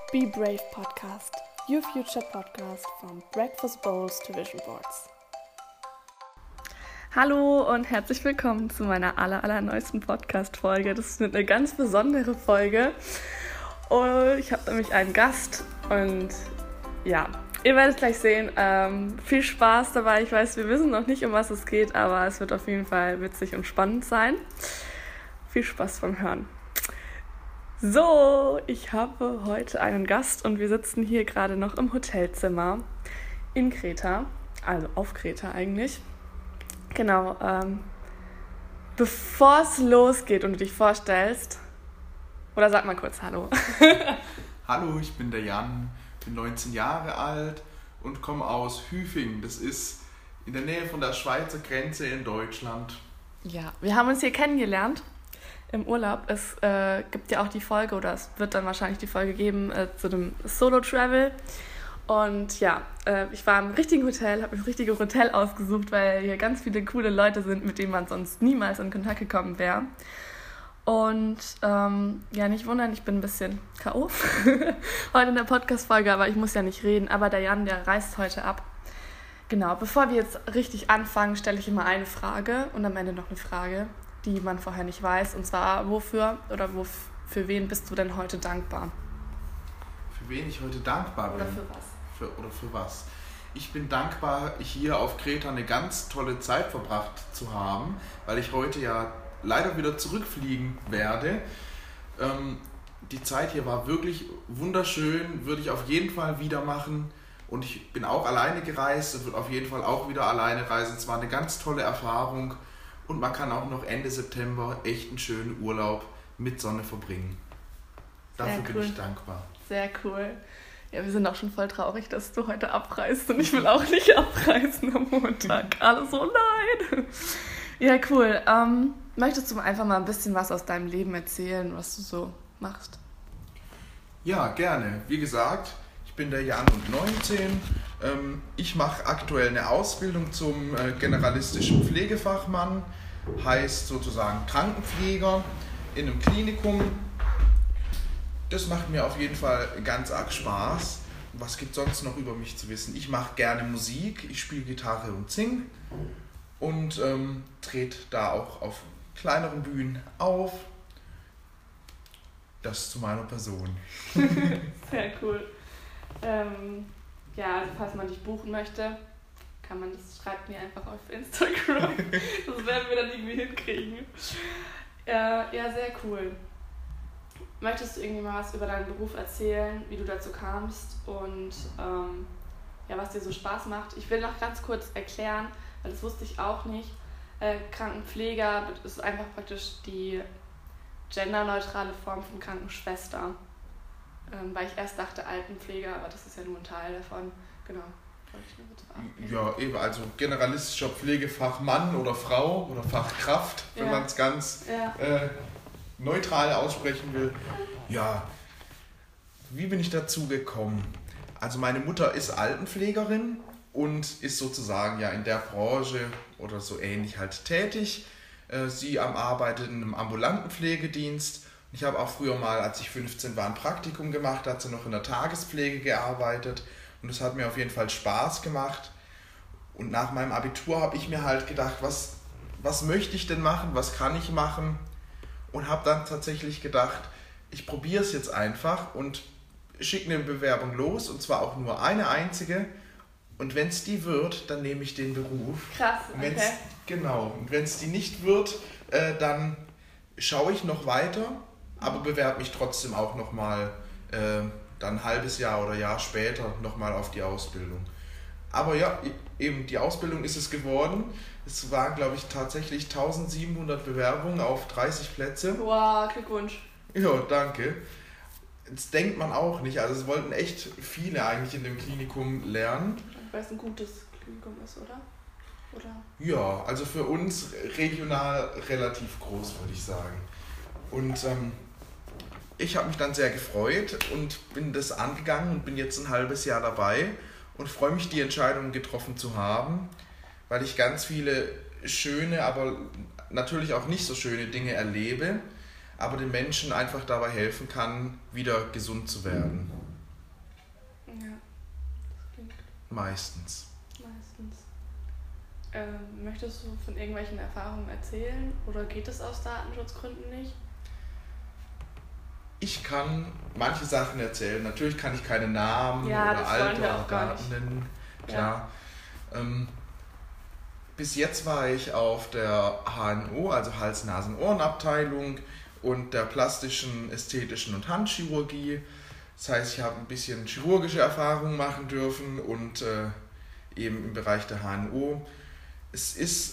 Be Brave Podcast, your future podcast from breakfast bowls to vision boards. Hallo und herzlich willkommen zu meiner allerneuesten Podcast-Folge. Das wird eine ganz besondere Folge. Und ich habe nämlich einen Gast und ja, ihr werdet gleich sehen. Viel Spaß dabei. Ich weiß, wir wissen noch nicht, um was es geht, aber es wird auf jeden Fall witzig und spannend sein. Viel Spaß beim Hören. So, ich habe heute einen Gast und wir sitzen hier gerade noch im Hotelzimmer in Kreta, also auf Kreta eigentlich. Genau, bevor es losgeht und du dich vorstellst, oder sag mal kurz Hallo. Hallo, ich bin der Jan, bin 19 Jahre alt und komme aus Hüfing. Das ist in der Nähe von der Schweizer Grenze in Deutschland. Ja, wir haben uns hier kennengelernt im Urlaub. Es gibt ja auch die Folge, oder es wird dann wahrscheinlich die Folge geben zu dem Solo-Travel. Und ja, ich war im richtigen Hotel, habe mir das richtige Hotel ausgesucht, weil hier ganz viele coole Leute sind, mit denen man sonst niemals in Kontakt gekommen wäre. Und ja, nicht wundern, ich bin ein bisschen K.O. heute in der Podcast-Folge, aber ich muss ja nicht reden. Aber der Jan, der reist heute ab. Genau, bevor wir jetzt richtig anfangen, stelle ich immer eine Frage und am Ende noch eine Frage, die man vorher nicht weiß. Und zwar, wofür oder für wen bist du denn heute dankbar? Für wen ich heute dankbar bin? Oder für was? Für was? Ich bin dankbar, hier auf Kreta eine ganz tolle Zeit verbracht zu haben, weil ich heute ja leider wieder zurückfliegen werde. Die Zeit hier war wirklich wunderschön, würde ich auf jeden Fall wieder machen. Und ich bin auch alleine gereist und würde auf jeden Fall auch wieder alleine reisen. Es war eine ganz tolle Erfahrung. Und man kann auch noch Ende September echt einen schönen Urlaub mit Sonne verbringen. Dafür bin ich dankbar. Sehr cool. Ja, wir sind auch schon voll traurig, dass du heute abreist und ich will auch nicht abreisen am Montag. Alle so, nein. Ja, cool. Möchtest du einfach mal ein bisschen was aus deinem Leben erzählen, was du so machst? Ja, gerne. Wie gesagt, ich bin der Jan und 19. Ich mache aktuell eine Ausbildung zum generalistischen Pflegefachmann, heißt sozusagen Krankenpfleger in einem Klinikum. Das macht mir auf jeden Fall ganz arg Spaß. Was gibt es sonst noch über mich zu wissen? Ich mache gerne Musik, ich spiele Gitarre und singe und trete da auch auf kleineren Bühnen auf. Das zu meiner Person. Sehr cool. Ja, also falls man dich buchen möchte, kann man das, schreibt mir einfach auf Instagram. Das werden wir dann irgendwie hinkriegen. Ja, sehr cool. Möchtest du irgendwie mal was über deinen Beruf erzählen, wie du dazu kamst und ja, was dir so Spaß macht? Ich will noch ganz kurz erklären, weil das wusste ich auch nicht. Krankenpfleger ist einfach praktisch die genderneutrale Form von Krankenschwester. Weil ich erst dachte Altenpfleger, aber das ist ja nur ein Teil davon. Genau. Ja, eben, also generalistischer Pflegefachmann oder Frau oder Fachkraft, wenn man es ganz neutral aussprechen will. Ja, wie bin ich dazu gekommen? Also meine Mutter ist Altenpflegerin und ist sozusagen ja in der Branche oder so ähnlich halt tätig. Sie arbeitet in einem ambulanten Pflegedienst. Ich habe auch früher mal, als ich 15 war, ein Praktikum gemacht, da hat sie noch in der Tagespflege gearbeitet und das hat mir auf jeden Fall Spaß gemacht. Und nach meinem Abitur habe ich mir halt gedacht, was möchte ich denn machen, was kann ich machen? Und habe dann tatsächlich gedacht, ich probiere es jetzt einfach und schicke eine Bewerbung los und zwar auch nur eine einzige. Und wenn es die wird, dann nehme ich den Beruf. Krass, okay. Genau, und wenn es die nicht wird, dann schaue ich noch weiter, aber bewerbe mich trotzdem auch nochmal dann ein halbes Jahr oder Jahr später nochmal auf die Ausbildung. Aber ja, eben die Ausbildung ist es geworden. Es waren, glaube ich, tatsächlich 1700 Bewerbungen auf 30 Plätze. Wow, Glückwunsch. Ja, danke. Das denkt man auch nicht. Also es wollten echt viele eigentlich in dem Klinikum lernen. Weil es ein gutes Klinikum ist, oder? Ja, also für uns regional relativ groß, würde ich sagen. Und ich habe mich dann sehr gefreut und bin das angegangen und bin jetzt ein halbes Jahr dabei und freue mich, die Entscheidung getroffen zu haben, weil ich ganz viele schöne, aber natürlich auch nicht so schöne Dinge erlebe, aber den Menschen einfach dabei helfen kann, wieder gesund zu werden. Ja, das klingt. Meistens. Möchtest du von irgendwelchen Erfahrungen erzählen oder geht es aus Datenschutzgründen nicht? Ich kann manche Sachen erzählen. Natürlich kann ich keine Namen oder Alter oder Daten nennen. Klar. Ja. Bis jetzt war ich auf der HNO, also Hals-Nasen-Ohren-Abteilung und der plastischen, ästhetischen und Handchirurgie. Das heißt, ich habe ein bisschen chirurgische Erfahrungen machen dürfen und eben im Bereich der HNO. Es ist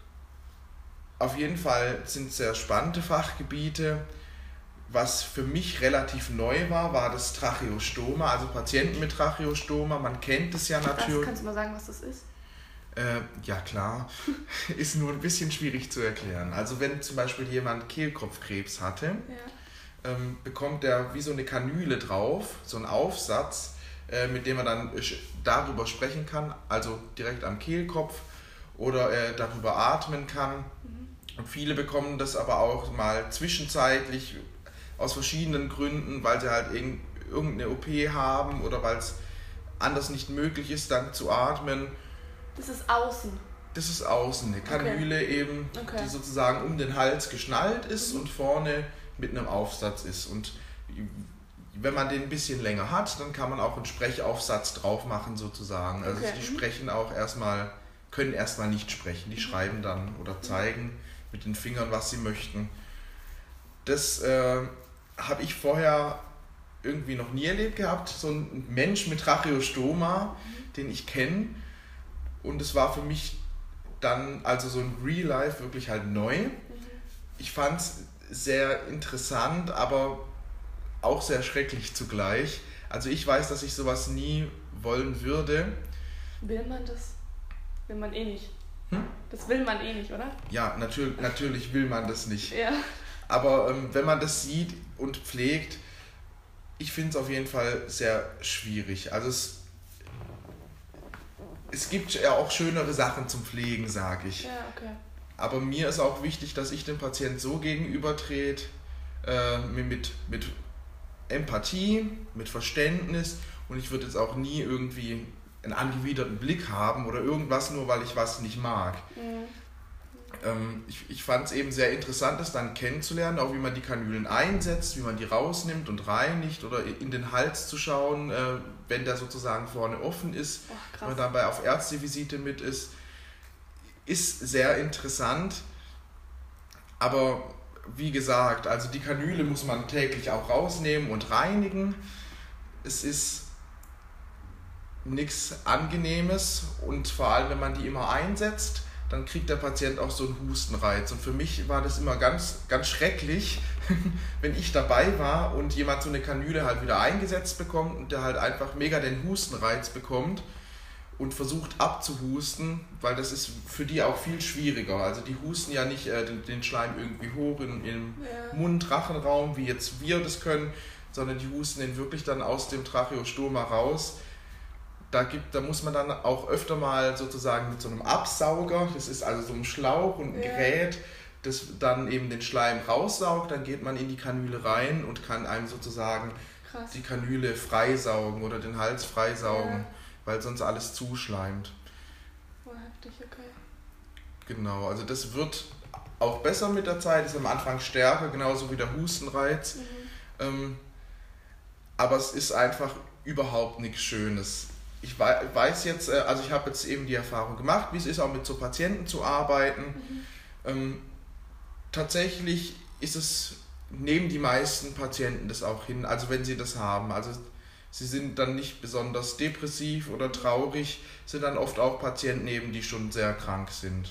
auf jeden Fall, sind sehr spannende Fachgebiete. Was für mich relativ neu war, war das Tracheostoma, also Patienten mit Tracheostoma. Man kennt es ja natürlich. Kannst du mal sagen, was das ist? Ja, klar. Ist nur ein bisschen schwierig zu erklären. Also wenn zum Beispiel jemand Kehlkopfkrebs hatte, bekommt er wie so eine Kanüle drauf, so einen Aufsatz, mit dem er dann darüber sprechen kann, also direkt am Kehlkopf oder darüber atmen kann. Und viele bekommen das aber auch mal zwischenzeitlich aus verschiedenen Gründen, weil sie halt irgendeine OP haben oder weil es anders nicht möglich ist, dann zu atmen. Das ist außen? Das ist außen, eine Kanüle eben, die sozusagen um den Hals geschnallt ist und vorne mit einem Aufsatz ist. Und wenn man den ein bisschen länger hat, dann kann man auch einen Sprechaufsatz drauf machen sozusagen. Also die sprechen auch können erstmal nicht sprechen, die schreiben dann oder zeigen mit den Fingern, was sie möchten. Das habe ich vorher irgendwie noch nie erlebt gehabt, so ein Mensch mit Tracheostoma, den ich kenne. Und es war für mich dann also so ein Real Life wirklich halt neu. Ich fand es sehr interessant, aber auch sehr schrecklich zugleich. Also ich weiß, dass ich sowas nie wollen würde. Will man das? Will man eh nicht. Das will man eh nicht, oder? Ja, natürlich will man das nicht. Ja. Aber wenn man das sieht und pflegt, ich finde es auf jeden Fall sehr schwierig. Also es gibt ja auch schönere Sachen zum Pflegen, sage ich. Ja, okay. Aber mir ist auch wichtig, dass ich dem Patienten so gegenübertrete, mit Empathie, mit Verständnis, und ich würde jetzt auch nie irgendwie einen angewiderten Blick haben oder irgendwas, nur weil ich was nicht mag. Ich fand es eben sehr interessant, das dann kennenzulernen, auch wie man die Kanülen einsetzt, wie man die rausnimmt und reinigt oder in den Hals zu schauen, wenn der sozusagen vorne offen ist, wenn man dabei auf Ärztevisite mit ist sehr interessant. Aber wie gesagt, also die Kanüle muss man täglich auch rausnehmen und reinigen. Es ist nichts Angenehmes und vor allem, wenn man die immer einsetzt, dann kriegt der Patient auch so einen Hustenreiz. Und für mich war das immer ganz, ganz schrecklich, wenn ich dabei war und jemand so eine Kanüle halt wieder eingesetzt bekommt und der halt einfach mega den Hustenreiz bekommt und versucht abzuhusten, weil das ist für die auch viel schwieriger. Also die husten ja nicht den Schleim irgendwie hoch im Mund-Rachenraum, wie jetzt wir das können, sondern die husten den wirklich dann aus dem Tracheostoma raus. Da muss man dann auch öfter mal sozusagen mit so einem Absauger, das ist also so ein Schlauch und ein Gerät, das dann eben den Schleim raussaugt, dann geht man in die Kanüle rein und kann einem sozusagen die Kanüle freisaugen oder den Hals freisaugen, weil sonst alles zuschleimt. Oh, heftig, okay. Genau, also das wird auch besser mit der Zeit, ist am Anfang stärker, genauso wie der Hustenreiz. Aber es ist einfach überhaupt nichts Schönes. Ich weiß jetzt, also ich habe jetzt eben die Erfahrung gemacht, wie es ist, auch mit so Patienten zu arbeiten. Tatsächlich nehmen die meisten Patienten das auch hin, also wenn sie das haben. Also sie sind dann nicht besonders depressiv oder traurig, sind dann oft auch Patienten eben, die schon sehr krank sind.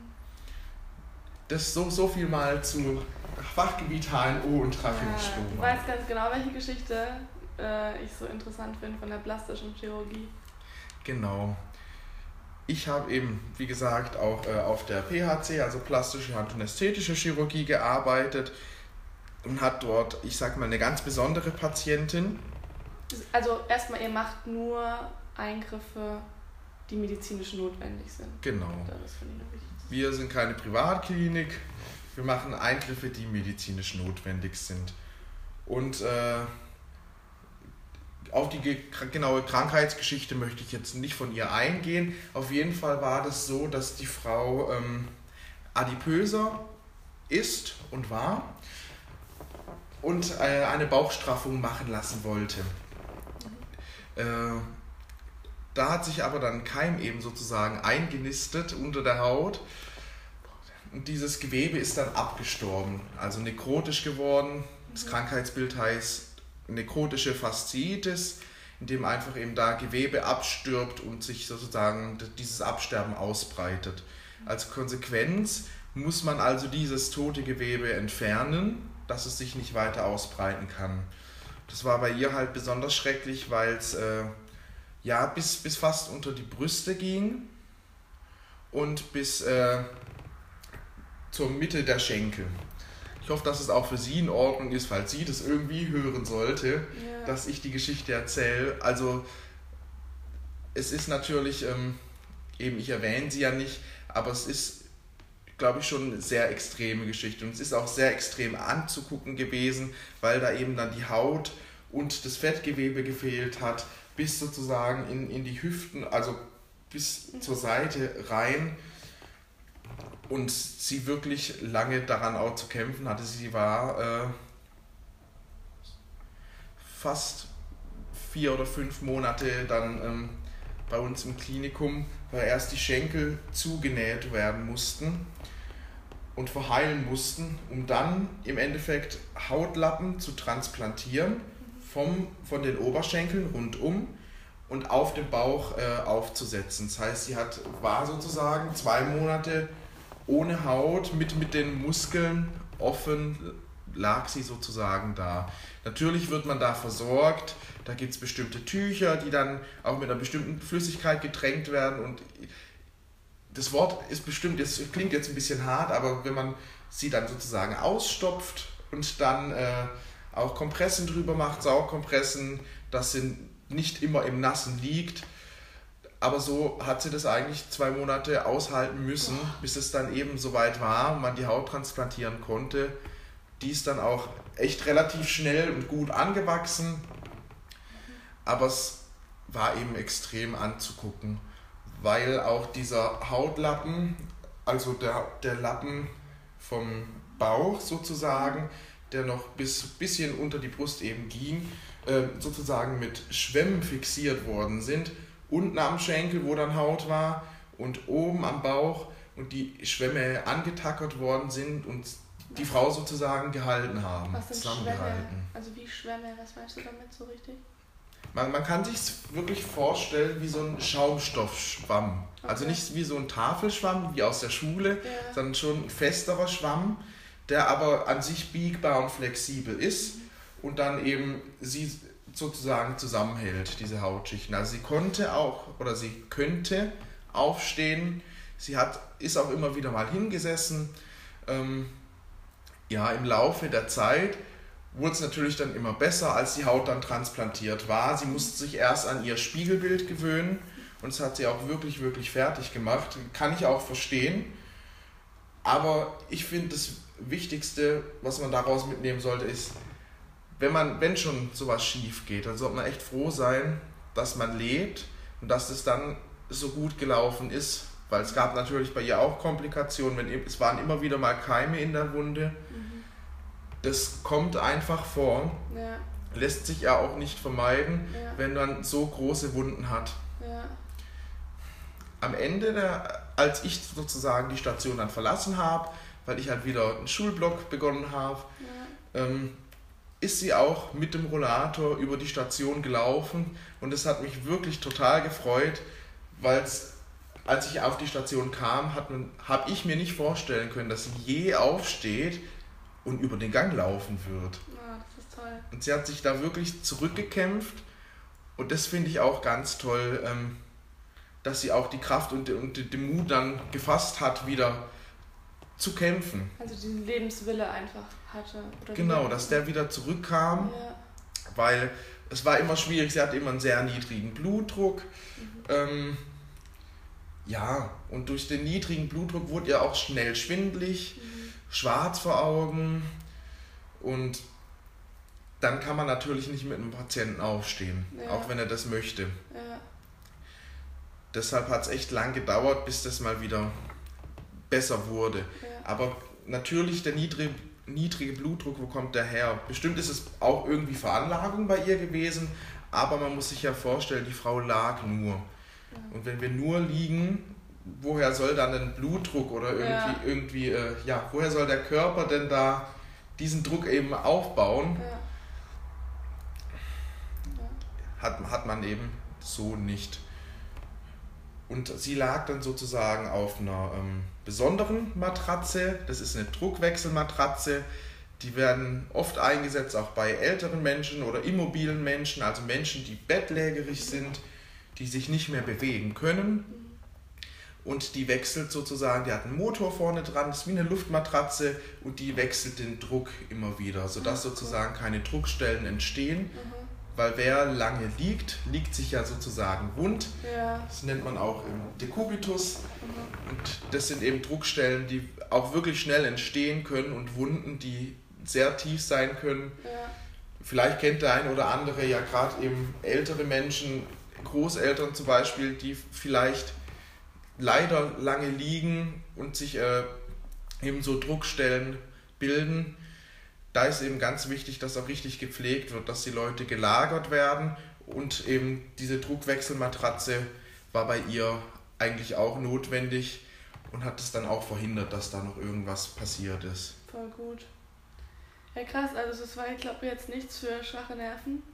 Das so viel mal zu Fachgebiet HNO und Tracheostoma. Du weißt ganz genau, welche Geschichte ich so interessant finde von der plastischen Chirurgie. Genau. Ich habe eben, wie gesagt, auch auf der PHC, also plastische Hand- und ästhetische Chirurgie, gearbeitet und hat dort, ich sag mal, eine ganz besondere Patientin. Also erstmal, ihr macht nur Eingriffe, die medizinisch notwendig sind. Genau. Das finde ich noch wichtig. Wir sind keine Privatklinik, wir machen Eingriffe, die medizinisch notwendig sind. Und auf die genaue Krankheitsgeschichte möchte ich jetzt nicht von ihr eingehen. Auf jeden Fall war das so, dass die Frau adipöser ist und war und eine Bauchstraffung machen lassen wollte. Da hat sich aber dann Keim eben sozusagen eingenistet unter der Haut und dieses Gewebe ist dann abgestorben, also nekrotisch geworden. Das Krankheitsbild heißt nekrotische Fasziitis, in dem einfach eben da Gewebe abstirbt und sich sozusagen dieses Absterben ausbreitet. Als Konsequenz muss man also dieses tote Gewebe entfernen, dass es sich nicht weiter ausbreiten kann. Das war bei ihr halt besonders schrecklich, weil es bis fast unter die Brüste ging und bis zur Mitte der Schenkel. Ich hoffe, dass es auch für sie in Ordnung ist, falls sie das irgendwie hören sollte, dass ich die Geschichte erzähle. Also es ist natürlich, eben ich erwähne sie ja nicht, aber es ist, glaube ich, schon eine sehr extreme Geschichte. Und es ist auch sehr extrem anzugucken gewesen, weil da eben dann die Haut und das Fettgewebe gefehlt hat, bis sozusagen in die Hüften, also bis zur Seite rein. Und sie wirklich lange daran auch zu kämpfen hatte. Sie war fast 4 oder 5 Monate dann bei uns im Klinikum, weil erst die Schenkel zugenäht werden mussten und verheilen mussten, um dann im Endeffekt Hautlappen zu transplantieren von den Oberschenkeln rundum und auf den Bauch aufzusetzen. Das heißt, sie war sozusagen 2 Monate ohne Haut, mit den Muskeln offen, lag sie sozusagen da. Natürlich wird man da versorgt, da gibt es bestimmte Tücher, die dann auch mit einer bestimmten Flüssigkeit getränkt werden und das Wort ist bestimmt, das klingt jetzt ein bisschen hart, aber wenn man sie dann sozusagen ausstopft und dann auch Kompressen drüber macht, Saugkompressen, dass sie nicht immer im Nassen liegt, aber so hat sie das eigentlich 2 Monate aushalten müssen, bis es dann eben soweit war und man die Haut transplantieren konnte. Die ist dann auch echt relativ schnell und gut angewachsen, aber es war eben extrem anzugucken, weil auch dieser Hautlappen, also der Lappen vom Bauch sozusagen, der noch bisschen unter die Brust eben ging, sozusagen mit Schwämmen fixiert worden sind. Unten am Schenkel, wo dann Haut war, und oben am Bauch und die Schwämme angetackert worden sind und die Frau sozusagen gehalten haben, was sind zusammengehalten. Schwämme? Also wie Schwämme, was meinst du damit so richtig? Man kann sich wirklich vorstellen wie so ein Schaumstoffschwamm. Okay. Also nicht wie so ein Tafelschwamm wie aus der Schule, sondern schon ein festerer Schwamm, der aber an sich biegbar und flexibel ist und dann eben sie sozusagen zusammenhält, diese Hautschichten. Also sie könnte aufstehen, ist auch immer wieder mal hingesessen. Im Laufe der Zeit wurde es natürlich dann immer besser, als die Haut dann transplantiert war. Sie musste sich erst an ihr Spiegelbild gewöhnen und das hat sie auch wirklich, wirklich fertig gemacht. Kann ich auch verstehen. Aber ich finde, das Wichtigste, was man daraus mitnehmen sollte, ist, wenn schon sowas schief geht, dann sollte man echt froh sein, dass man lebt und dass es dann so gut gelaufen ist, weil es gab natürlich bei ihr auch Komplikationen, es waren immer wieder mal Keime in der Wunde. Das kommt einfach vor, lässt sich ja auch nicht vermeiden, wenn man so große Wunden hat. Ja. Am Ende, als ich sozusagen die Station dann verlassen habe, weil ich halt wieder einen Schulblock begonnen habe, ist sie auch mit dem Rollator über die Station gelaufen und es hat mich wirklich total gefreut, weil als ich auf die Station kam, habe ich mir nicht vorstellen können, dass sie je aufsteht und über den Gang laufen wird. Ja, das ist toll. Und sie hat sich da wirklich zurückgekämpft und das finde ich auch ganz toll, dass sie auch die Kraft und den Mut dann gefasst hat, wieder zu kämpfen. Also diesen Lebenswille einfach hatte. Oder genau, dass der wieder zurückkam, weil es war immer schwierig, sie hatte immer einen sehr niedrigen Blutdruck. Und durch den niedrigen Blutdruck wurde ihr auch schnell schwindelig, schwarz vor Augen und dann kann man natürlich nicht mit einem Patienten aufstehen, auch wenn er das möchte. Ja. Deshalb hat es echt lang gedauert, bis das mal wieder besser wurde. Ja. Aber natürlich der niedrige Blutdruck, wo kommt der her? Bestimmt ist es auch irgendwie Veranlagung bei ihr gewesen, aber man muss sich ja vorstellen, die Frau lag nur. Ja. Und wenn wir nur liegen, woher soll dann ein Blutdruck oder woher soll der Körper denn da diesen Druck eben aufbauen? Ja. Hat man eben so nicht. Und sie lag dann sozusagen auf einer besonderen Matratze. Das ist eine Druckwechselmatratze. Die werden oft eingesetzt, auch bei älteren Menschen oder immobilen Menschen, also Menschen, die bettlägerig sind, die sich nicht mehr bewegen können. Und die wechselt sozusagen, die hat einen Motor vorne dran, das ist wie eine Luftmatratze und die wechselt den Druck immer wieder, sodass sozusagen keine Druckstellen entstehen. Weil wer lange liegt, liegt sich ja sozusagen wund. Ja. Das nennt man auch im Dekubitus. Und das sind eben Druckstellen, die auch wirklich schnell entstehen können und Wunden, die sehr tief sein können. Ja. Vielleicht kennt der ein oder andere ja gerade eben ältere Menschen, Großeltern zum Beispiel, die vielleicht leider lange liegen und sich eben so Druckstellen bilden. Da ist eben ganz wichtig, dass auch richtig gepflegt wird, dass die Leute gelagert werden und eben diese Druckwechselmatratze war bei ihr eigentlich auch notwendig und hat es dann auch verhindert, dass da noch irgendwas passiert ist. Voll gut. Ja krass, also das war, ich glaube, jetzt nichts für schwache Nerven.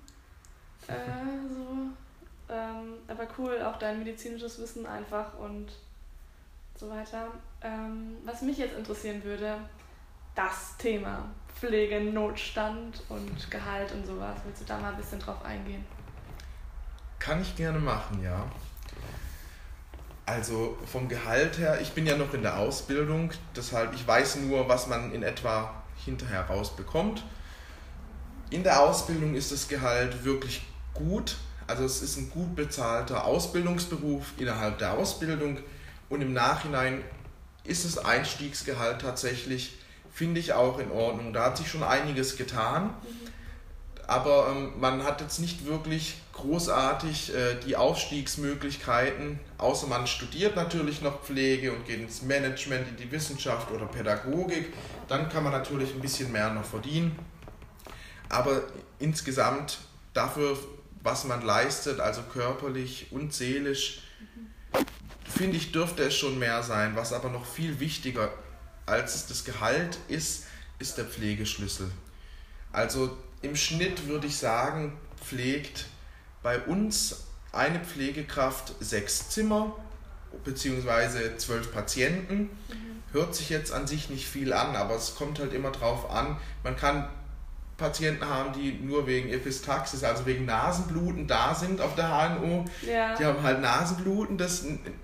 Aber cool, auch dein medizinisches Wissen einfach und so weiter. Was mich jetzt interessieren würde, das Thema Pflegenotstand und Gehalt und sowas. Willst du da mal ein bisschen drauf eingehen? Kann ich gerne machen, ja. Also vom Gehalt her, ich bin ja noch in der Ausbildung, deshalb ich weiß nur, was man in etwa hinterher rausbekommt. In der Ausbildung ist das Gehalt wirklich gut. Also es ist ein gut bezahlter Ausbildungsberuf innerhalb der Ausbildung und im Nachhinein ist das Einstiegsgehalt tatsächlich, finde ich, auch in Ordnung. Da hat sich schon einiges getan, aber man hat jetzt nicht wirklich großartig die Aufstiegsmöglichkeiten, außer man studiert natürlich noch Pflege und geht ins Management, in die Wissenschaft oder Pädagogik, dann kann man natürlich ein bisschen mehr noch verdienen, aber insgesamt dafür, was man leistet, also körperlich und seelisch, finde ich, dürfte es schon mehr sein. Was aber noch viel wichtiger als das Gehalt ist der Pflegeschlüssel. Also im Schnitt würde ich sagen, pflegt bei uns eine Pflegekraft 6 Zimmer bzw. 12 Patienten. Hört sich jetzt an sich nicht viel an, aber es kommt halt immer drauf an. Man kann Patienten haben, die nur wegen Epistaxis, also wegen Nasenbluten da sind auf der HNO. Ja. Die haben halt Nasenbluten, das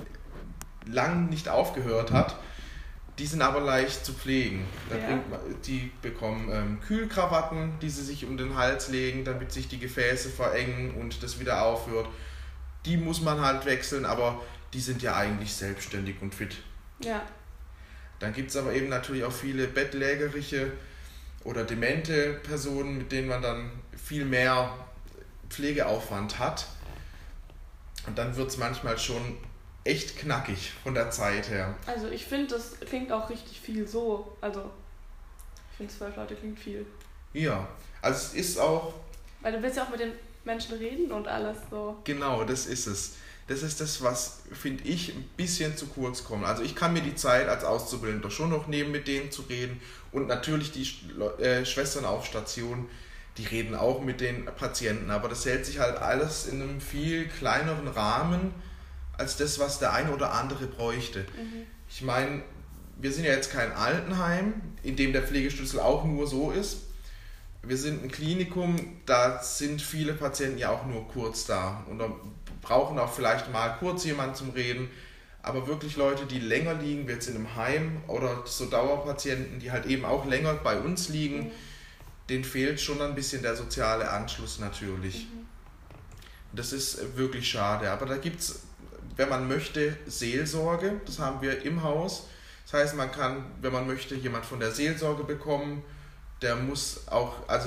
lang nicht aufgehört hat. Die sind aber leicht zu pflegen. Die bekommen Kühlkrawatten, die sie sich um den Hals legen, damit sich die Gefäße verengen und das wieder aufhört. Die muss man halt wechseln, aber die sind ja eigentlich selbstständig und fit. Ja. Dann gibt es aber eben natürlich auch viele bettlägerige oder demente Personen, mit denen man dann viel mehr Pflegeaufwand hat. Und dann wird es manchmal schon echt knackig von der Zeit her. Also ich finde, das klingt auch richtig viel so. Also ich finde 12 Leute klingt viel. Ja, also es ist auch... Weil du willst ja auch mit den Menschen reden und alles so. Genau, das ist es. Das ist das, was, finde ich, ein bisschen zu kurz kommt. Also ich kann mir die Zeit als Auszubildender schon noch nehmen, mit denen zu reden. Und natürlich die Schwestern auf Station, die reden auch mit den Patienten. Aber das hält sich halt alles in einem viel kleineren Rahmen als das, was der eine oder andere bräuchte. Ich meine, wir sind ja jetzt kein Altenheim, in dem der Pflegeschlüssel auch nur so ist. Wir sind ein Klinikum, da sind viele Patienten ja auch nur kurz da und da brauchen auch vielleicht mal kurz jemanden zum Reden, aber wirklich Leute, die länger liegen, wie jetzt in einem Heim oder so Dauerpatienten, die halt eben auch länger bei uns liegen, denen fehlt schon ein bisschen der soziale Anschluss natürlich. Das ist wirklich schade, aber da gibt es, wenn man möchte, Seelsorge, das haben wir im Haus. Das heißt, man kann, wenn man möchte, jemand von der Seelsorge bekommen, der muss auch, also es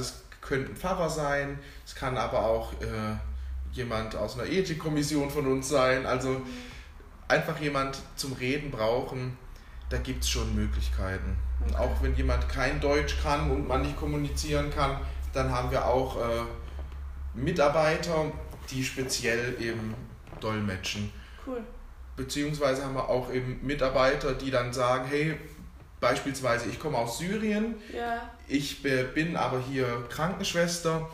könnte ein Pfarrer sein, es kann aber auch jemand aus einer Ethikkommission von uns sein, also einfach jemand zum Reden brauchen, da gibt es schon Möglichkeiten. Und auch wenn jemand kein Deutsch kann und man nicht kommunizieren kann, dann haben wir auch Mitarbeiter, die speziell eben dolmetschen. Cool. Beziehungsweise haben wir auch eben Mitarbeiter, die dann sagen, hey, beispielsweise ich komme aus Syrien, ich bin aber hier Krankenschwester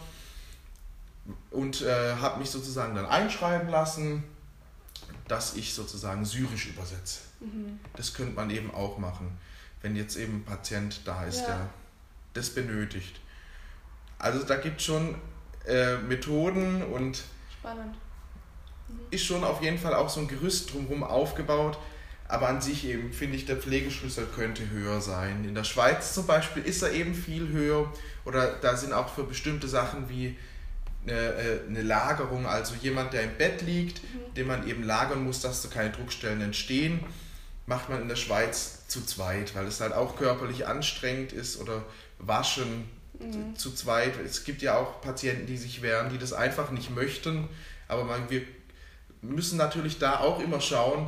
und habe mich sozusagen dann einschreiben lassen, dass ich sozusagen Syrisch übersetze. Das könnte man eben auch machen, wenn jetzt eben ein Patient da ist, der das benötigt. Also da gibt es schon Methoden und spannend. Ist schon auf jeden Fall auch so ein Gerüst drumherum aufgebaut, aber an sich eben finde ich, der Pflegeschlüssel könnte höher sein. In der Schweiz zum Beispiel ist er eben viel höher oder da sind auch für bestimmte Sachen wie eine Lagerung, also jemand, der im Bett liegt, den man eben lagern muss, dass so keine Druckstellen entstehen, macht man in der Schweiz zu zweit, weil es halt auch körperlich anstrengend ist oder waschen zu zweit. Es gibt ja auch Patienten, die sich wehren, die das einfach nicht möchten, aber wir müssen natürlich da auch immer schauen,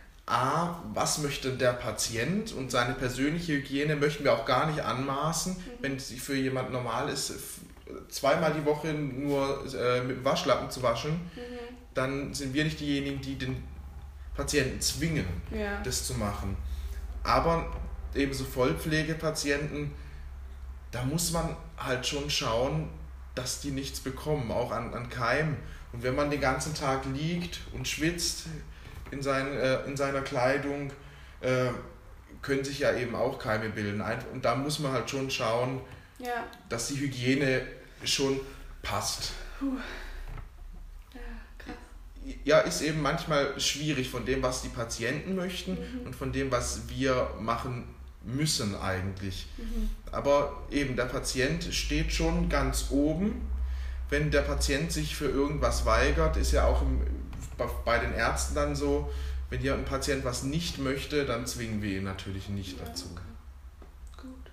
was möchte der Patient und seine persönliche Hygiene möchten wir auch gar nicht anmaßen, wenn es für jemand normal ist, zweimal die Woche nur mit dem Waschlappen zu waschen, dann sind wir nicht diejenigen, die den Patienten zwingen, das zu machen. Aber eben so Vollpflegepatienten, da muss man halt schon schauen, dass die nichts bekommen, auch an Keim. Und wenn man den ganzen Tag liegt und schwitzt in seiner Kleidung, können sich ja eben auch Keime bilden. Und da muss man halt schon schauen, dass die Hygiene schon passt. Ja, krass. Ja, ist eben manchmal schwierig von dem, was die Patienten möchten und von dem, was wir machen müssen eigentlich. Aber eben der Patient steht schon ganz oben. Wenn der Patient sich für irgendwas weigert, ist ja auch bei den Ärzten dann so, wenn hier ein Patient was nicht möchte, dann zwingen wir ihn natürlich nicht dazu. Okay. Gut.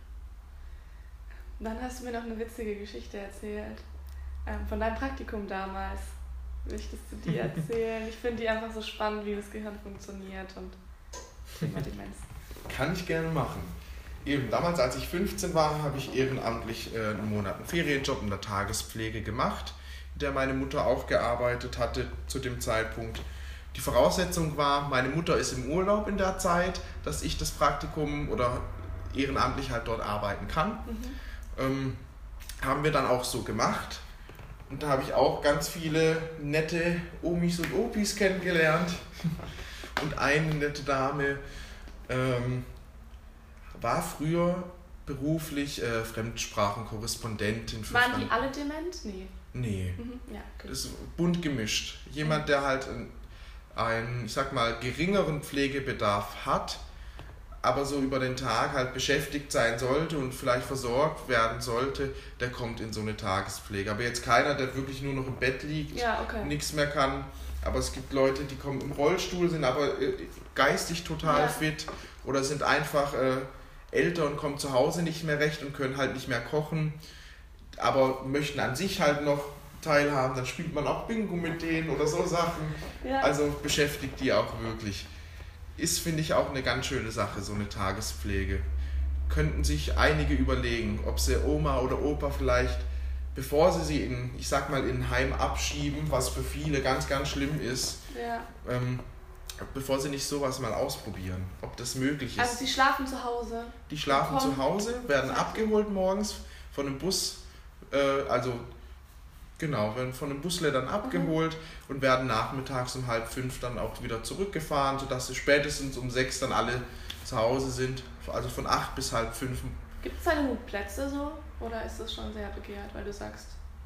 Dann hast du mir noch eine witzige Geschichte erzählt. Von deinem Praktikum damals. Möchtest du die erzählen? Ich finde die einfach so spannend, wie das Gehirn funktioniert und Thema Demenz. Kann ich gerne machen. Eben damals, als ich 15 war, habe ich ehrenamtlich einen Monat einen Ferienjob in der Tagespflege gemacht, in der meine Mutter auch gearbeitet hatte zu dem Zeitpunkt. Die Voraussetzung war, meine Mutter ist im Urlaub in der Zeit, dass ich das Praktikum oder ehrenamtlich halt dort arbeiten kann. Haben wir dann auch so gemacht. Und da habe ich auch ganz viele nette Omis und Opis kennengelernt. Und eine nette Dame war früher beruflich Fremdsprachenkorrespondentin. Waren die alle dement? Nee. Ja, okay. Das ist bunt gemischt. Jemand, der halt einen, ich sag mal, geringeren Pflegebedarf hat, aber so über den Tag halt beschäftigt sein sollte und vielleicht versorgt werden sollte, der kommt in so eine Tagespflege. Aber jetzt keiner, der wirklich nur noch im Bett liegt, nichts mehr kann. Aber es gibt Leute, die kommen im Rollstuhl, sind aber geistig total fit oder sind einfach älter und kommen zu Hause nicht mehr recht und können halt nicht mehr kochen, aber möchten an sich halt noch teilhaben. Dann spielt man auch Bingo mit denen oder so Sachen. Ja. Also beschäftigt die auch wirklich. Ist, finde ich, auch eine ganz schöne Sache, so eine Tagespflege. Könnten sich einige überlegen, ob sie Oma oder Opa vielleicht, bevor sie in ein Heim abschieben, was für viele ganz, ganz schlimm ist, bevor sie nicht sowas mal ausprobieren, ob das möglich ist. Also sie schlafen zu Hause? Die schlafen zu Hause, werden abgeholt morgens von einem Bus, werden von einem Busleitern abgeholt und werden nachmittags um 4:30 dann auch wieder zurückgefahren, sodass sie spätestens um 6 dann alle zu Hause sind, also von 8 bis 4:30. Gibt es da genug Plätze so oder ist das schon sehr begehrt, weil du sagst?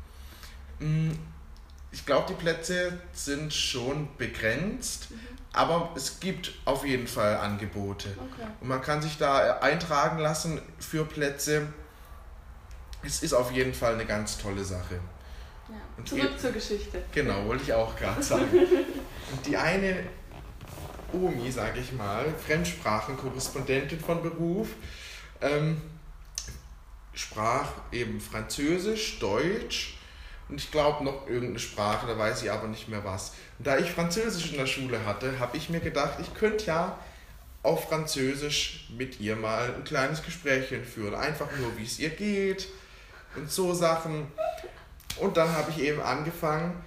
Ich glaube, die Plätze sind schon begrenzt, aber es gibt auf jeden Fall Angebote. Okay. Und man kann sich da eintragen lassen für Plätze. Es ist auf jeden Fall eine ganz tolle Sache. Ja. Zurück zur Geschichte. Genau, wollte ich auch gerade sagen. Und die eine Omi, sage ich mal, Fremdsprachenkorrespondentin von Beruf, sprach eben Französisch, Deutsch und ich glaube noch irgendeine Sprache, da weiß ich aber nicht mehr was. Und da ich Französisch in der Schule hatte, habe ich mir gedacht, ich könnte ja auf Französisch mit ihr mal ein kleines Gesprächchen führen. Einfach nur, wie es ihr geht und so Sachen. Und dann habe ich eben angefangen,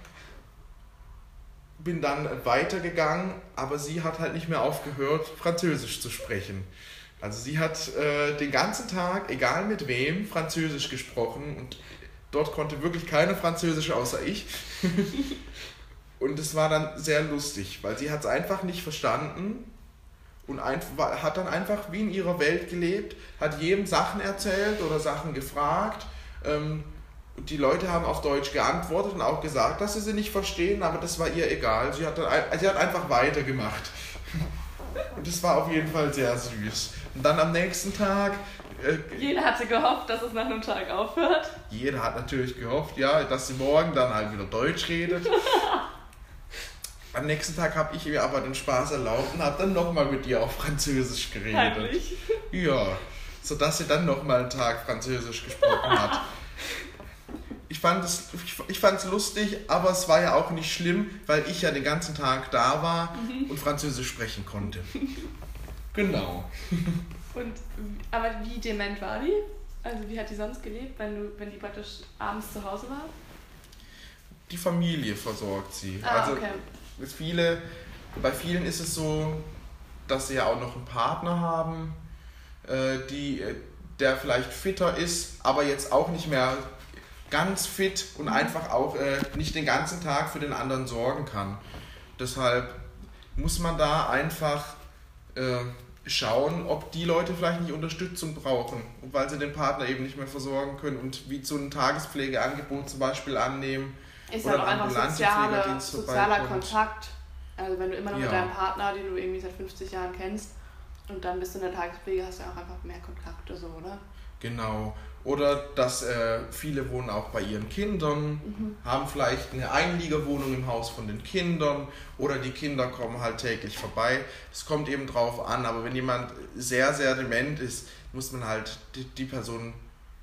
bin dann weitergegangen, aber sie hat halt nicht mehr aufgehört, Französisch zu sprechen. Also sie hat den ganzen Tag, egal mit wem, Französisch gesprochen und dort konnte wirklich keiner Französisch außer ich. Und es war dann sehr lustig, weil sie hat es einfach nicht verstanden und hat dann einfach wie in ihrer Welt gelebt, hat jedem Sachen erzählt oder Sachen gefragt. Die Leute haben auf Deutsch geantwortet und auch gesagt, dass sie nicht verstehen, aber das war ihr egal. Sie hat einfach weitergemacht. Und das war auf jeden Fall sehr süß. Und dann am nächsten Tag... jeder hatte gehofft, dass es nach einem Tag aufhört. Jeder hat natürlich gehofft, ja, dass sie morgen dann halt wieder Deutsch redet. Am nächsten Tag habe ich ihr aber den Spaß erlaubt und habe dann nochmal mit ihr auf Französisch geredet. Heimlich? Ja, sodass sie dann nochmal einen Tag Französisch gesprochen hat. Ich fand es lustig, aber es war ja auch nicht schlimm, weil ich ja den ganzen Tag da war und Französisch sprechen konnte. Genau. Aber wie dement war die? Also wie hat die sonst gelebt, wenn die praktisch abends zu Hause war? Die Familie versorgt sie. Okay. Bei vielen ist es so, dass sie ja auch noch einen Partner haben, der vielleicht fitter ist, aber jetzt auch nicht mehr ganz fit und einfach auch nicht den ganzen Tag für den anderen sorgen kann. Deshalb muss man da einfach schauen, ob die Leute vielleicht nicht Unterstützung brauchen, weil sie den Partner eben nicht mehr versorgen können und wie so ein Tagespflegeangebot zum Beispiel annehmen. Ist oder halt auch einfach sozialer Kontakt. Also wenn du immer noch mit deinem Partner, den du irgendwie seit 50 Jahren kennst, und dann bist du in der Tagespflege, hast du auch einfach mehr Kontakte, so, oder? Genau. Oder dass viele wohnen auch bei ihren Kindern, haben vielleicht eine Einliegerwohnung im Haus von den Kindern oder die Kinder kommen halt täglich vorbei. Es kommt eben drauf an, aber wenn jemand sehr, sehr dement ist, muss man halt die Person,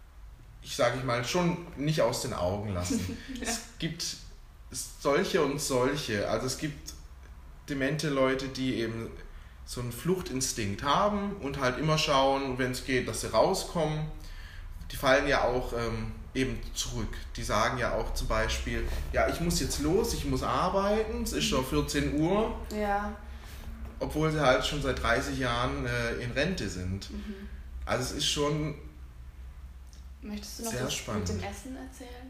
schon nicht aus den Augen lassen. Ja. Es gibt solche und solche. Also es gibt demente Leute, die eben so einen Fluchtinstinkt haben und halt immer schauen, wenn es geht, dass sie rauskommen. Die fallen ja auch eben zurück. Die sagen ja auch zum Beispiel, ja, ich muss jetzt los, ich muss arbeiten, es ist schon 14 Uhr. Ja. Obwohl sie halt schon seit 30 Jahren in Rente sind. Also es ist schon Möchtest du noch sehr was spannend. Mit dem Essen erzählen?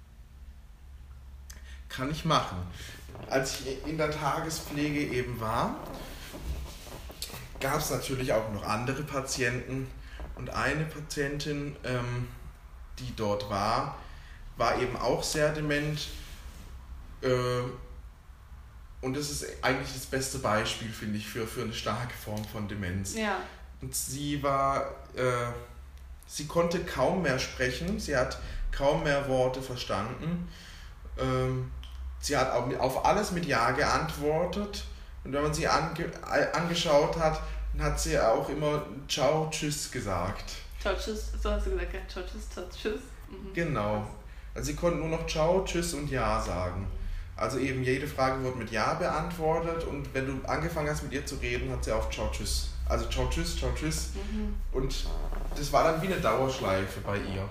Kann ich machen. Als ich in der Tagespflege eben war, gab es natürlich auch noch andere Patienten. Und eine Patientin, die dort war eben auch sehr dement. Und das ist eigentlich das beste Beispiel, finde ich, für eine starke Form von Demenz. Ja. Und sie konnte kaum mehr sprechen, sie hat kaum mehr Worte verstanden. Sie hat auch auf alles mit Ja geantwortet. Und wenn man sie angeschaut hat, dann hat sie auch immer Ciao, Tschüss gesagt. Ciao, Tschüss, so hast du gesagt, ja? Ciao, Tschüss, ciao, Tschüss. Genau. Also sie konnte nur noch Ciao, Tschüss und Ja sagen. Also eben jede Frage wurde mit Ja beantwortet und wenn du angefangen hast mit ihr zu reden, hat sie auf Ciao, Tschüss. Also Ciao, Tschüss, Ciao, Tschüss. Und das war dann wie eine Dauerschleife bei ihr.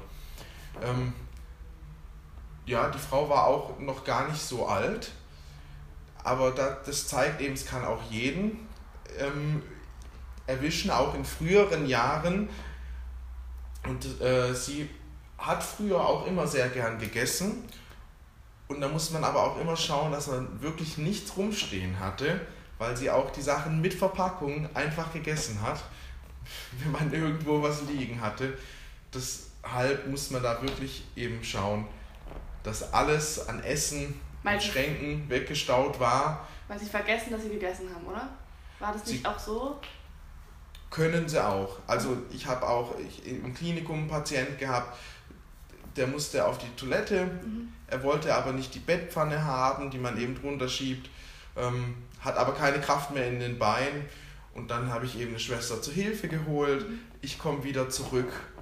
Die Frau war auch noch gar nicht so alt, aber das zeigt eben, es kann auch jeden erwischen, auch in früheren Jahren. Und sie hat früher auch immer sehr gern gegessen. Und da muss man aber auch immer schauen, dass man wirklich nichts rumstehen hatte, weil sie auch die Sachen mit Verpackung einfach gegessen hat, wenn man irgendwo was liegen hatte. Deshalb muss man da wirklich eben schauen, dass alles an Essen in Schränken weggestaut war. Weil sie vergessen, dass sie gegessen haben, oder? War das nicht auch so? Können sie auch. Also ich habe auch im Klinikum einen Patienten gehabt, der musste auf die Toilette. Er wollte aber nicht die Bettpfanne haben, die man eben drunter schiebt, hat aber keine Kraft mehr in den Beinen. Und dann habe ich eben eine Schwester zur Hilfe geholt. Ich komme wieder zurück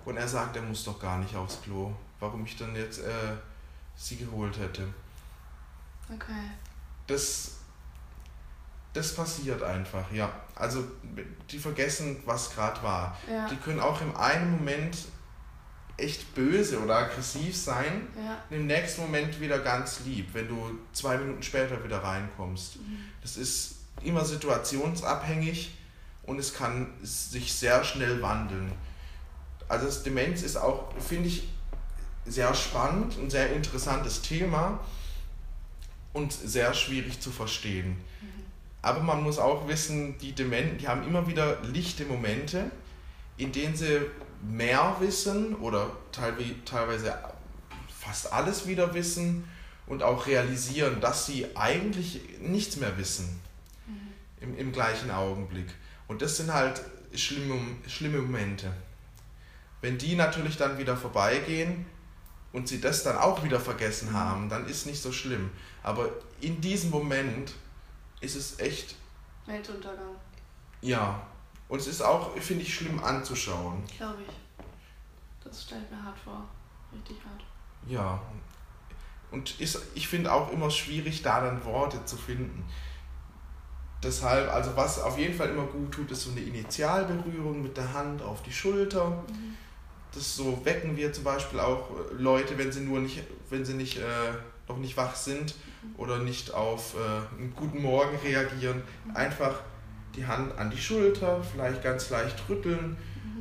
und er sagt, er muss doch gar nicht aufs Klo. Warum ich dann jetzt sie geholt hätte. Okay. Das passiert einfach, ja. Also die vergessen, was gerade war. Ja. Die können auch im einen Moment echt böse oder aggressiv sein, und im nächsten Moment wieder ganz lieb, wenn du 2 Minuten später wieder reinkommst. Das ist immer situationsabhängig und es kann sich sehr schnell wandeln. Also das Demenz ist auch, finde ich, sehr spannend, ein sehr interessantes Thema und sehr schwierig zu verstehen. Aber man muss auch wissen, die Dementen, die haben immer wieder lichte Momente, in denen sie mehr wissen oder teilweise fast alles wieder wissen und auch realisieren, dass sie eigentlich nichts mehr wissen im gleichen Augenblick. Und das sind halt schlimme Momente. Wenn die natürlich dann wieder vorbeigehen und sie das dann auch wieder vergessen haben, dann ist nicht so schlimm. Aber in diesem Moment ist es echt... Weltuntergang. Ja. Und es ist auch, finde ich, schlimm anzuschauen. Glaube ich. Das stellt mir hart vor. Richtig hart. Ja. Und ich finde auch immer schwierig, da dann Worte zu finden. Deshalb, also was auf jeden Fall immer gut tut, ist so eine Initialberührung mit der Hand auf die Schulter. Das so wecken wir zum Beispiel auch Leute, wenn sie noch nicht wach sind oder nicht auf einen guten Morgen reagieren. Einfach die Hand an die Schulter, vielleicht ganz leicht rütteln.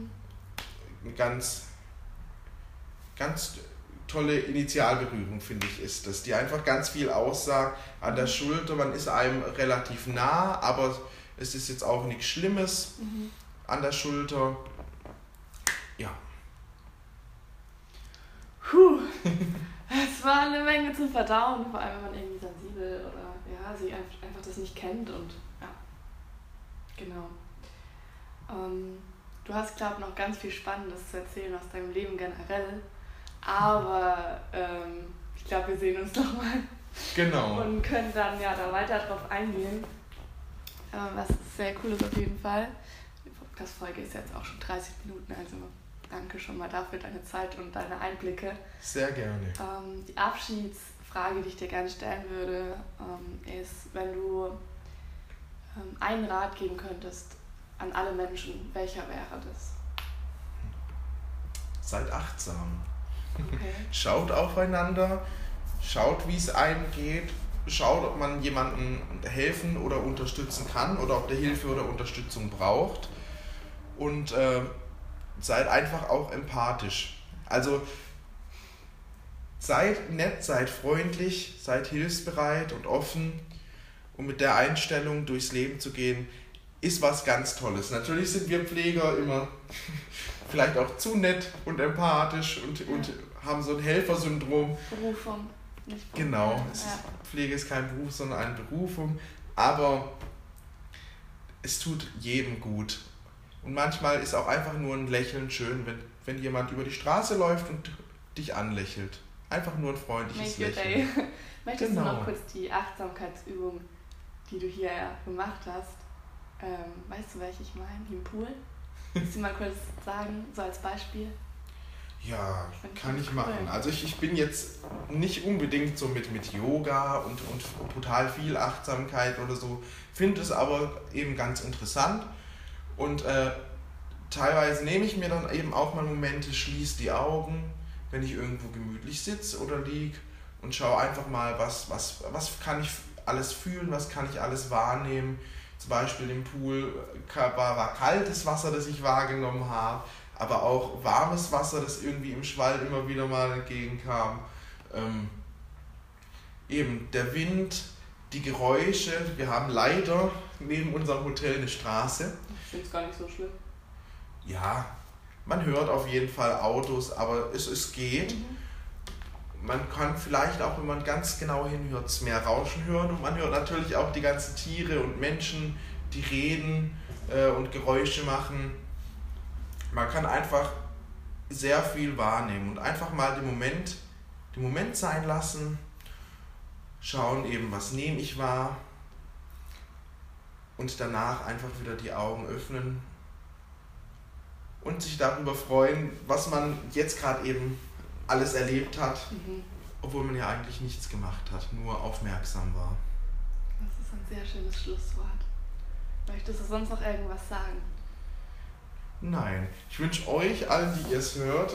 Ganz tolle Initialberührung, finde ich, ist das, die einfach ganz viel aussagt an der Schulter. Man ist einem relativ nah, aber es ist jetzt auch nichts Schlimmes an der Schulter. Ja. Es war eine Menge zu verdauen, vor allem wenn man irgendwie sensibel oder sie einfach das nicht kennt und ja, genau. Du hast, glaube ich, noch ganz viel Spannendes zu erzählen aus deinem Leben generell, aber ich glaube, wir sehen uns nochmal. Genau. Und können dann da weiter drauf eingehen, was sehr cool ist auf jeden Fall. Die Podcast-Folge ist jetzt auch schon 30 Minuten, also danke schon mal dafür, deine Zeit und deine Einblicke. Sehr gerne. Die Abschiedsfrage, die ich dir gerne stellen würde, ist, wenn du einen Rat geben könntest an alle Menschen, welcher wäre das? Seid achtsam. Okay. Schaut aufeinander, schaut, wie es einem geht, schaut, ob man jemandem helfen oder unterstützen kann oder ob der Hilfe oder Unterstützung braucht und seid einfach auch empathisch. Also seid nett, seid freundlich, seid hilfsbereit und offen und mit der Einstellung durchs Leben zu gehen, ist was ganz Tolles. Natürlich sind wir Pfleger immer vielleicht auch zu nett und empathisch und haben so ein Helfersyndrom. Berufung, nicht Berufung. Genau, Pflege ist kein Beruf, sondern eine Berufung, aber es tut jedem gut. Und manchmal ist auch einfach nur ein Lächeln schön, wenn jemand über die Straße läuft und dich anlächelt. Einfach nur ein freundliches Lächeln. Möchtest du noch kurz die Achtsamkeitsübung, die du hier gemacht hast, weißt du, welche ich meine, die im Pool? Willst du mal kurz sagen, so als Beispiel? Ja, kann ich machen. Also ich bin jetzt nicht unbedingt so mit Yoga und total viel Achtsamkeit oder so, finde es aber eben ganz interessant. Und teilweise nehme ich mir dann eben auch mal Momente, schließe die Augen, wenn ich irgendwo gemütlich sitze oder liege und schaue einfach mal, was kann ich alles fühlen, was kann ich alles wahrnehmen. Zum Beispiel im Pool war kaltes Wasser, das ich wahrgenommen habe, aber auch warmes Wasser, das irgendwie im Schwall immer wieder mal entgegenkam. Eben der Wind, die Geräusche. Wir haben leider neben unserem Hotel eine Straße. Ich finde es gar nicht so schlimm. Ja, man hört auf jeden Fall Autos, aber es geht. Man kann vielleicht auch, wenn man ganz genau hinhört, mehr Rauschen hören und man hört natürlich auch die ganzen Tiere und Menschen, die reden und Geräusche machen. Man kann einfach sehr viel wahrnehmen und einfach mal den Moment sein lassen, schauen eben, was nehme ich wahr und danach einfach wieder die Augen öffnen und sich darüber freuen, was man jetzt gerade eben alles erlebt hat, obwohl man ja eigentlich nichts gemacht hat, nur aufmerksam war. Das ist ein sehr schönes Schlusswort. Möchtest du sonst noch irgendwas sagen? Nein. Ich wünsche euch allen, die ihr es hört,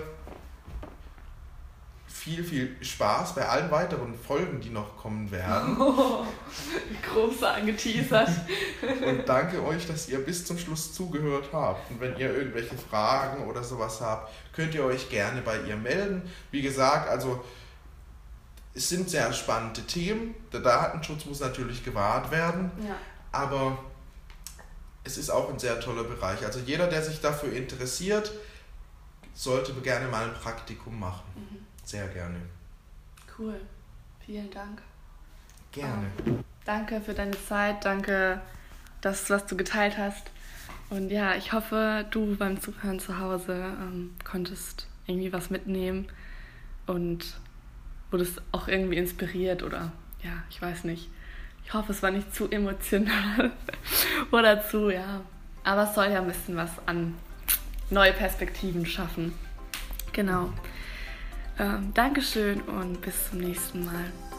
viel Spaß bei allen weiteren Folgen, die noch kommen werden. Oh, groß angeteasert. Und danke euch, dass ihr bis zum Schluss zugehört habt. Und wenn ihr irgendwelche Fragen oder sowas habt, könnt ihr euch gerne bei ihr melden. Wie gesagt, also es sind sehr spannende Themen. Der Datenschutz muss natürlich gewahrt werden, aber es ist auch ein sehr toller Bereich. Also jeder, der sich dafür interessiert, sollte gerne mal ein Praktikum machen. Sehr gerne. Cool. Vielen Dank. Gerne. Danke für deine Zeit. Danke, was du geteilt hast. Und ja, ich hoffe, du beim Zuhören zu Hause konntest irgendwie was mitnehmen und wurdest auch irgendwie inspiriert oder ja, ich weiß nicht. Ich hoffe, es war nicht zu emotional oder zu, aber es soll ja ein bisschen was an neue Perspektiven schaffen. Genau. Dankeschön und bis zum nächsten Mal.